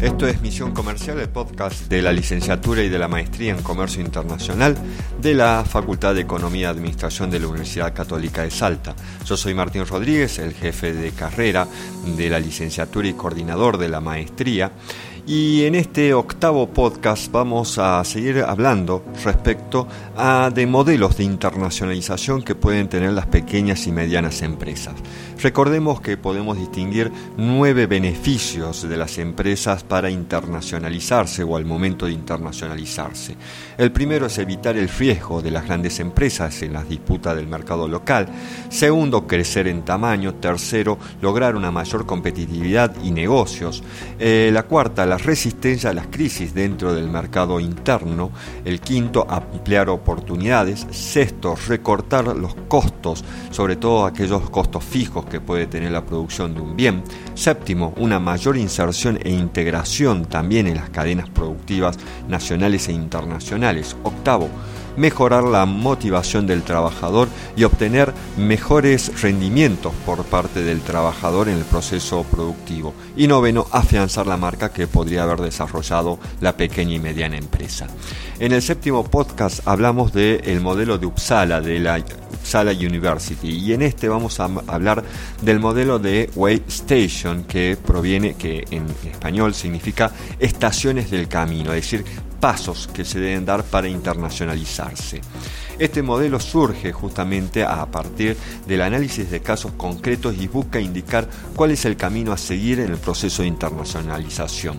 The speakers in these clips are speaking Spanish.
Esto es Misión Comercial, el podcast de la licenciatura y de la maestría en Comercio Internacional de la Facultad de Economía y Administración de la Universidad Católica de Salta. Yo soy Martín Rodríguez, el jefe de carrera de la licenciatura y coordinador de la maestría. Y en este octavo podcast vamos a seguir hablando respecto de modelos de internacionalización que pueden tener las pequeñas y medianas empresas. Recordemos que podemos distinguir 9 beneficios de las empresas para internacionalizarse o al momento de internacionalizarse. El primero es evitar el riesgo de las grandes empresas en las disputas del mercado local. Segundo, crecer en tamaño. Tercero, lograr una mayor competitividad y negocios. La cuarta, la resistencia a las crisis dentro del mercado interno. El quinto, ampliar oportunidades. Sexto, recortar los costos, sobre todo aquellos costos fijos que puede tener la producción de un bien. Séptimo, una mayor inserción e integración también en las cadenas productivas nacionales e internacionales. Octavo, mejorar la motivación del trabajador y obtener mejores rendimientos por parte del trabajador en el proceso productivo. Y noveno, afianzar la marca que podría haber desarrollado la pequeña y mediana empresa. En el séptimo podcast hablamos del modelo de Uppsala, de la Uppsala University, y en este vamos a hablar del modelo de Way Station, que en español significa estaciones del camino, es decir, pasos que se deben dar para internacionalizarse. Este modelo surge justamente a partir del análisis de casos concretos y busca indicar cuál es el camino a seguir en el proceso de internacionalización.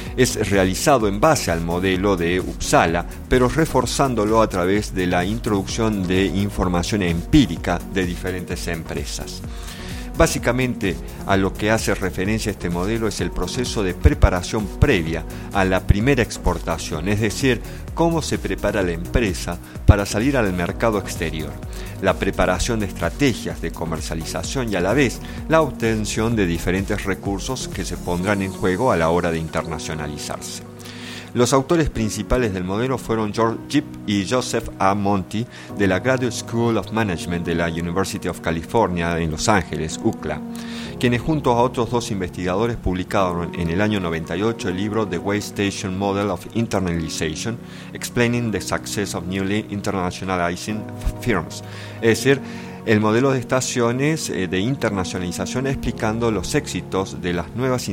Es realizado en base al modelo de Uppsala, pero reforzándolo a través de la introducción de información empírica de diferentes empresas. Básicamente, a lo que hace referencia este modelo es el proceso de preparación previa a la primera exportación, es decir, cómo se prepara la empresa para salir al mercado exterior, la preparación de estrategias de comercialización y a la vez la obtención de diferentes recursos que se pondrán en juego a la hora de internacionalizarse. Los autores principales del modelo fueron George Yip y Joseph A. Monty de la Graduate School of Management de la University of California en Los Ángeles, UCLA, quienes junto a otros 2 investigadores publicaron en el año 98 el libro The Way Station Model of Internalization, Explaining the Success of Newly Internationalizing Firms, es decir, el modelo de estaciones de internacionalización explicando los éxitos de las nuevas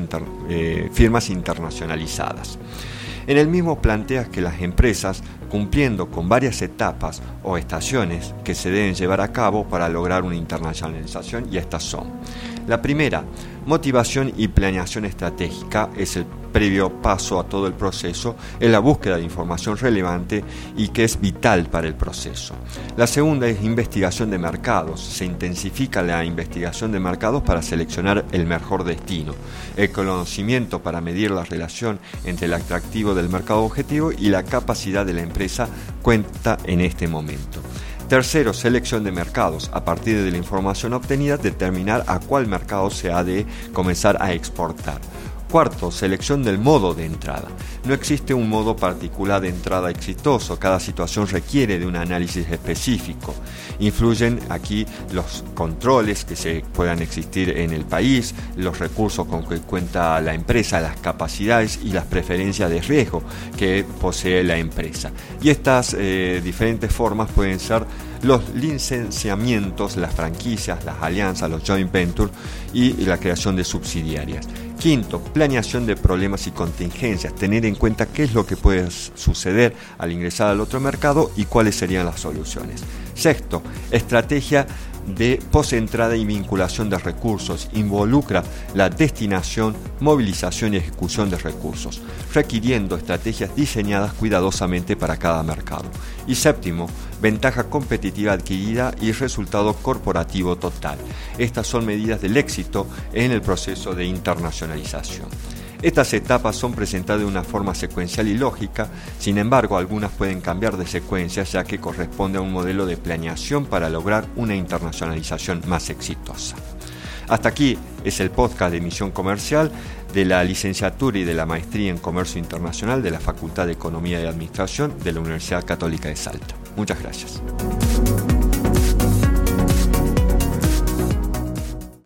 firmas internacionalizadas. En el mismo plantea que las empresas, cumpliendo con varias etapas o estaciones que se deben llevar a cabo para lograr una internacionalización, y estas son: la primera, motivación y planeación estratégica, es el previo paso a todo el proceso, es la búsqueda de información relevante y que es vital para el proceso. La segunda es investigación de mercados, se intensifica la investigación de mercados para seleccionar el mejor destino, el conocimiento para medir la relación entre el atractivo del mercado objetivo y la capacidad de la empresa cuenta en este momento. Tercero, selección de mercados. A partir de la información obtenida, determinar a cuál mercado se ha de comenzar a exportar. Cuarto, selección del modo de entrada. No existe un modo particular de entrada exitoso, cada situación requiere de un análisis específico. Influyen aquí los controles que se puedan existir en el país, los recursos con que cuenta la empresa, las capacidades y las preferencias de riesgo que posee la empresa. Y estas diferentes formas pueden ser los licenciamientos, las franquicias, las alianzas, los joint ventures y la creación de subsidiarias. Quinto, planeación de problemas y contingencias, tener en cuenta qué es lo que puede suceder al ingresar al otro mercado y cuáles serían las soluciones. Sexto, estrategia de postentrada y vinculación de recursos, involucra la destinación, movilización y ejecución de recursos, requiriendo estrategias diseñadas cuidadosamente para cada mercado. Y séptimo, ventaja competitiva adquirida y resultado corporativo total. Estas son medidas del éxito en el proceso de internacionalización. Estas etapas son presentadas de una forma secuencial y lógica, sin embargo algunas pueden cambiar de secuencia ya que corresponde a un modelo de planeación para lograr una internacionalización más exitosa. Hasta aquí es el podcast de Misión Comercial de la licenciatura y de la maestría en Comercio Internacional de la Facultad de Economía y Administración de la Universidad Católica de Salta. Muchas gracias.